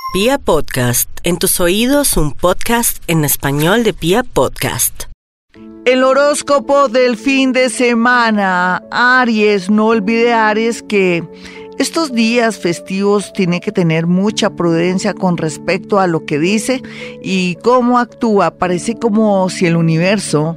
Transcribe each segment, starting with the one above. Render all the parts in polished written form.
Pia Podcast, en tus oídos un podcast en español de Pia Podcast. El horóscopo del fin de semana. Aries, no olvide Aries que estos días festivos tiene que tener mucha prudencia con respecto a lo que dice y cómo actúa. Parece como si el universo,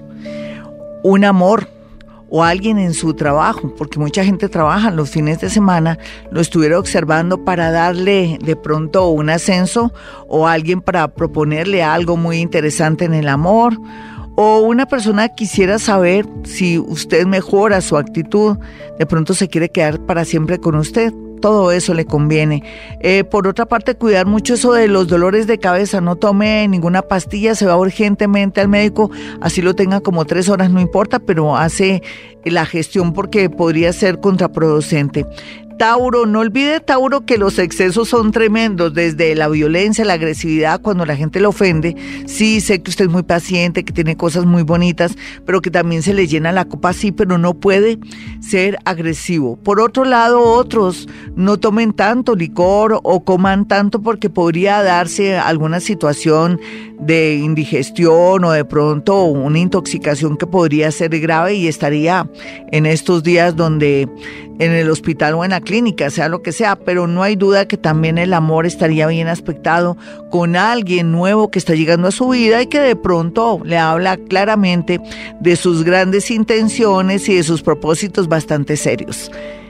un amor o alguien en su trabajo, porque mucha gente trabaja los fines de semana, lo estuviera observando para darle de pronto un ascenso o alguien para proponerle algo muy interesante en el amor, o una persona quisiera saber si usted mejora su actitud, de pronto se quiere quedar para siempre con usted. Todo eso le conviene. Por otra parte, cuidar mucho eso de los dolores de cabeza. No tome ninguna pastilla, se va urgentemente al médico, así lo tenga como 3 horas, no importa, pero hace la gestión porque podría ser contraproducente. Tauro, no olvide Tauro que los excesos son tremendos, desde la violencia, la agresividad, cuando la gente le ofende. Sí, sé que usted es muy paciente, que tiene cosas muy bonitas, pero que también se le llena la copa así, pero no puede ser agresivo. Por otro lado, otros no tomen tanto licor o coman tanto porque podría darse alguna situación de indigestión o de pronto una intoxicación que podría ser grave y estaría en estos días donde en el hospital o en la clínica, sea lo que sea, pero no hay duda que también el amor estaría bien aspectado con alguien nuevo que está llegando a su vida y que de pronto le habla claramente de sus grandes intenciones y de sus propósitos bastante serios.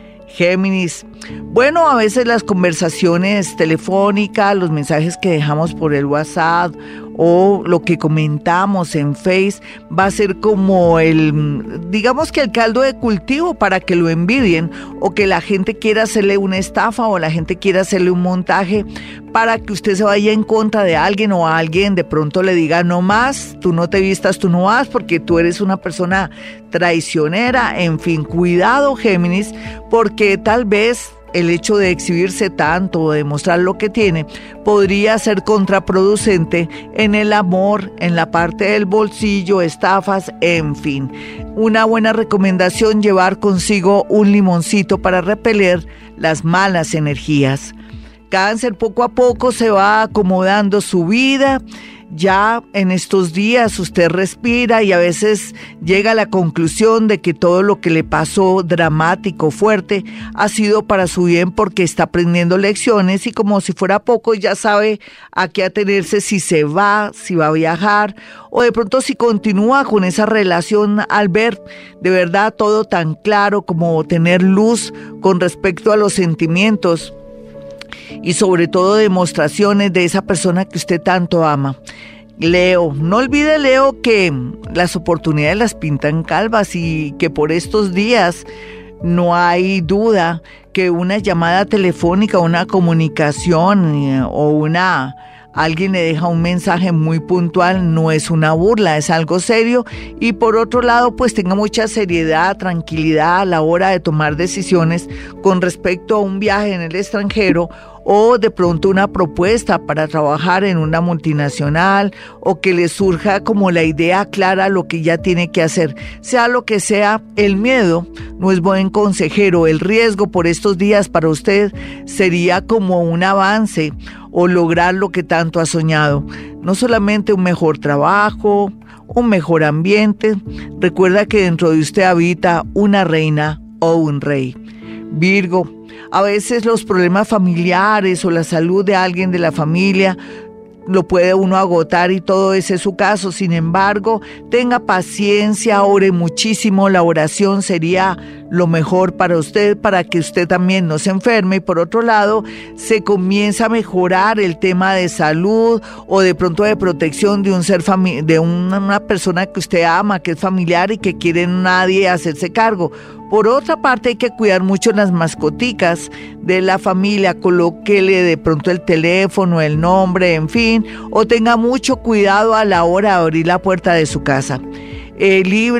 Géminis, bueno, a veces las conversaciones telefónicas, los mensajes que dejamos por el WhatsApp o lo que comentamos en Face va a ser como digamos que el caldo de cultivo para que lo envidien o que la gente quiera hacerle una estafa o la gente quiera hacerle un montaje para que usted se vaya en contra de alguien o a alguien de pronto le diga no más, tú no te vistas, tú no vas porque tú eres una persona traicionera. En fin, cuidado Géminis, porque tal vez el hecho de exhibirse tanto o de mostrar lo que tiene podría ser contraproducente en el amor, en la parte del bolsillo, estafas, en fin. Una buena recomendación, llevar consigo un limoncito para repeler las malas energías. Cáncer, poco a poco se va acomodando su vida. Ya en estos días usted respira y a veces llega a la conclusión de que todo lo que le pasó dramático, fuerte, ha sido para su bien porque está aprendiendo lecciones y como si fuera poco ya sabe a qué atenerse si se va, si va a viajar o de pronto si continúa con esa relación al ver de verdad todo tan claro como tener luz con respecto a los sentimientos y sobre todo demostraciones de esa persona que usted tanto ama. Leo, no olvide Leo que las oportunidades las pintan calvas y que por estos días no hay duda que una llamada telefónica, una comunicación o alguien le deja un mensaje muy puntual, no es una burla, es algo serio. Y por otro lado, pues tenga mucha seriedad, tranquilidad a la hora de tomar decisiones con respecto a un viaje en el extranjero o de pronto una propuesta para trabajar en una multinacional o que le surja como la idea clara lo que ya tiene que hacer. Sea lo que sea, el miedo no es buen consejero. El riesgo por estos días para usted sería como un avance o lograr lo que tanto ha soñado. No solamente un mejor trabajo, un mejor ambiente. Recuerda que dentro de usted habita una reina o un rey. Virgo, a veces los problemas familiares o la salud de alguien de la familia lo puede uno agotar y todo ese es su caso. Sin embargo, tenga paciencia, ore muchísimo. La oración sería lo mejor para usted, para que usted también no se enferme. Y por otro lado, se comienza a mejorar el tema de salud o de pronto de protección de un ser de una persona que usted ama, que es familiar y que quiere nadie hacerse cargo. Por otra parte, hay que cuidar mucho las mascoticas de la familia, colóquele de pronto el teléfono, el nombre, en fin, o tenga mucho cuidado a la hora de abrir la puerta de su casa. Libra,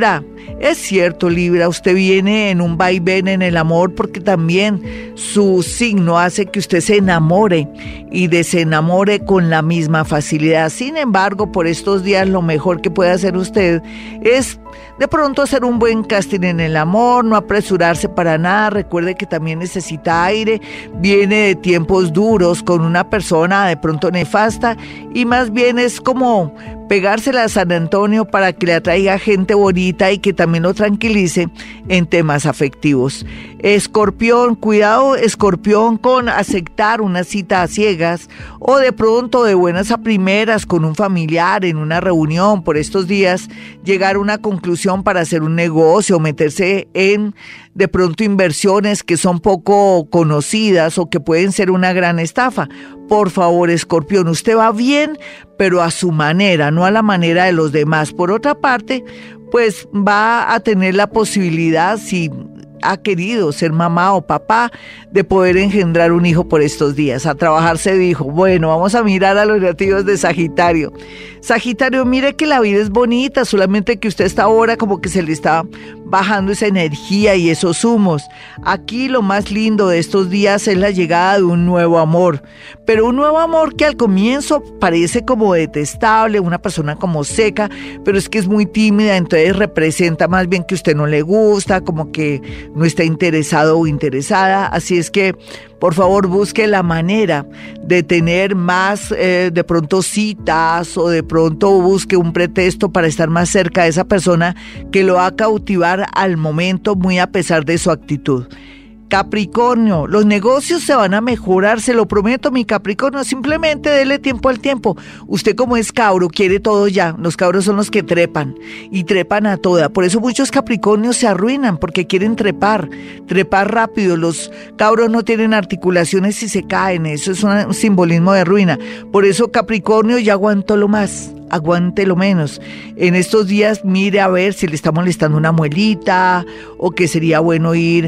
Es cierto, Libra, usted viene en un vaivén en el amor porque también su signo hace que usted se enamore y desenamore con la misma facilidad. Sin embargo, por estos días lo mejor que puede hacer usted es de pronto hacer un buen casting en el amor, no apresurarse para nada. Recuerde que también necesita aire, viene de tiempos duros con una persona de pronto nefasta y más bien es como pegársela a San Antonio para que le atraiga gente bonita y que también lo tranquilice en temas afectivos. Escorpión, cuidado Escorpión con aceptar una cita a ciegas o de pronto de buenas a primeras con un familiar en una reunión por estos días, llegar a una conclusión para hacer un negocio, meterse en de pronto inversiones que son poco conocidas o que pueden ser una gran estafa. Por favor, Escorpión, usted va bien, pero a su manera, no a la manera de los demás. Por otra parte, pues va a tener la posibilidad, si ha querido ser mamá o papá, de poder engendrar un hijo por estos días. A trabajar se dijo. Bueno, vamos a mirar a los nativos de Sagitario. Sagitario, mire que la vida es bonita, solamente que usted está ahora como que se le está bajando esa energía y esos humos. Aquí lo más lindo de estos días es la llegada de un nuevo amor, pero un nuevo amor que al comienzo parece como detestable, una persona como seca, pero es que es muy tímida, entonces representa más bien que usted no le gusta, como que no está interesado o interesada. Así es que por favor busque la manera de tener más de pronto citas o de pronto busque un pretexto para estar más cerca de esa persona que lo va a cautivar al momento, muy a pesar de su actitud. Capricornio, los negocios se van a mejorar, se lo prometo, mi Capricornio, simplemente dele tiempo al tiempo. Usted como es cabro, quiere todo ya, los cabros son los que trepan y trepan a toda, por eso muchos Capricornios se arruinan, porque quieren trepar rápido, los cabros no tienen articulaciones y se caen, eso es un simbolismo de ruina, por eso Capricornio ya aguantó lo más, aguante lo menos. En estos días mire a ver si le está molestando una muelita o que sería bueno ir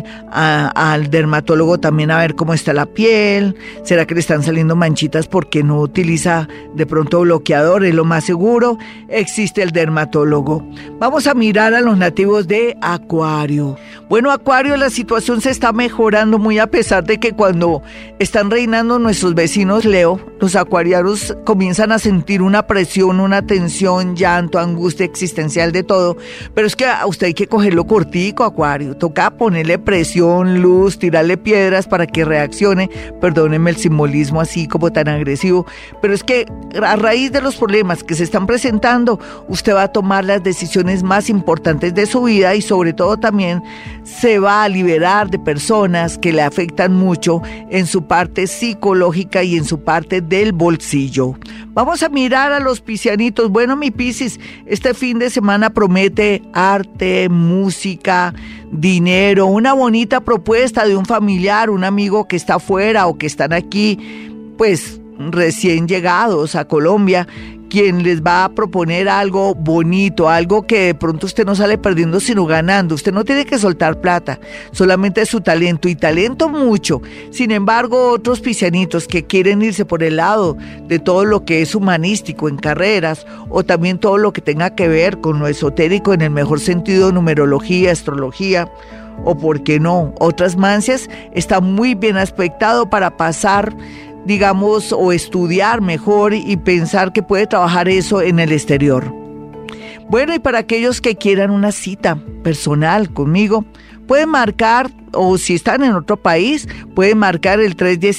al dermatólogo también a ver cómo está la piel. ¿Será que le están saliendo manchitas porque no utiliza de pronto bloqueador? Es lo más seguro. Existe el dermatólogo. Vamos a mirar a los nativos de Acuario. Bueno, Acuario, la situación se está mejorando muy a pesar de que cuando están reinando nuestros vecinos Leo, los acuarianos comienzan a sentir una presión, una tensión, llanto, angustia existencial de todo, pero es que a usted hay que cogerlo cortico, Acuario, toca ponerle presión, luz, tirarle piedras para que reaccione, perdónenme el simbolismo así como tan agresivo, pero es que a raíz de los problemas que se están presentando, usted va a tomar las decisiones más importantes de su vida y sobre todo también se va a liberar de personas que le afectan mucho en su parte psicológica y en su parte del bolsillo. Vamos a mirar a los piscianitos. Bueno, mi Piscis, este fin de semana promete arte, música, dinero, una bonita propuesta de un familiar, un amigo que está afuera o que están aquí, pues recién llegados a Colombia, quien les va a proponer algo bonito, algo que de pronto usted no sale perdiendo sino ganando. Usted no tiene que soltar plata, solamente su talento, y talento mucho. Sin embargo, otros piscianitos que quieren irse por el lado de todo lo que es humanístico en carreras, o también todo lo que tenga que ver con lo esotérico en el mejor sentido, numerología, astrología, o por qué no, otras mancias, está muy bien aspectado para pasar, digamos, o estudiar mejor y pensar que puede trabajar eso en el exterior. Bueno, y para aquellos que quieran una cita personal conmigo, pueden marcar, o si están en otro país, pueden marcar el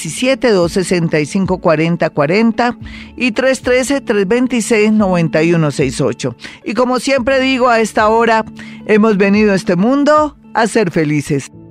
317-265-4040 y 313-326-9168. Y como siempre digo, a esta hora hemos venido a este mundo a ser felices.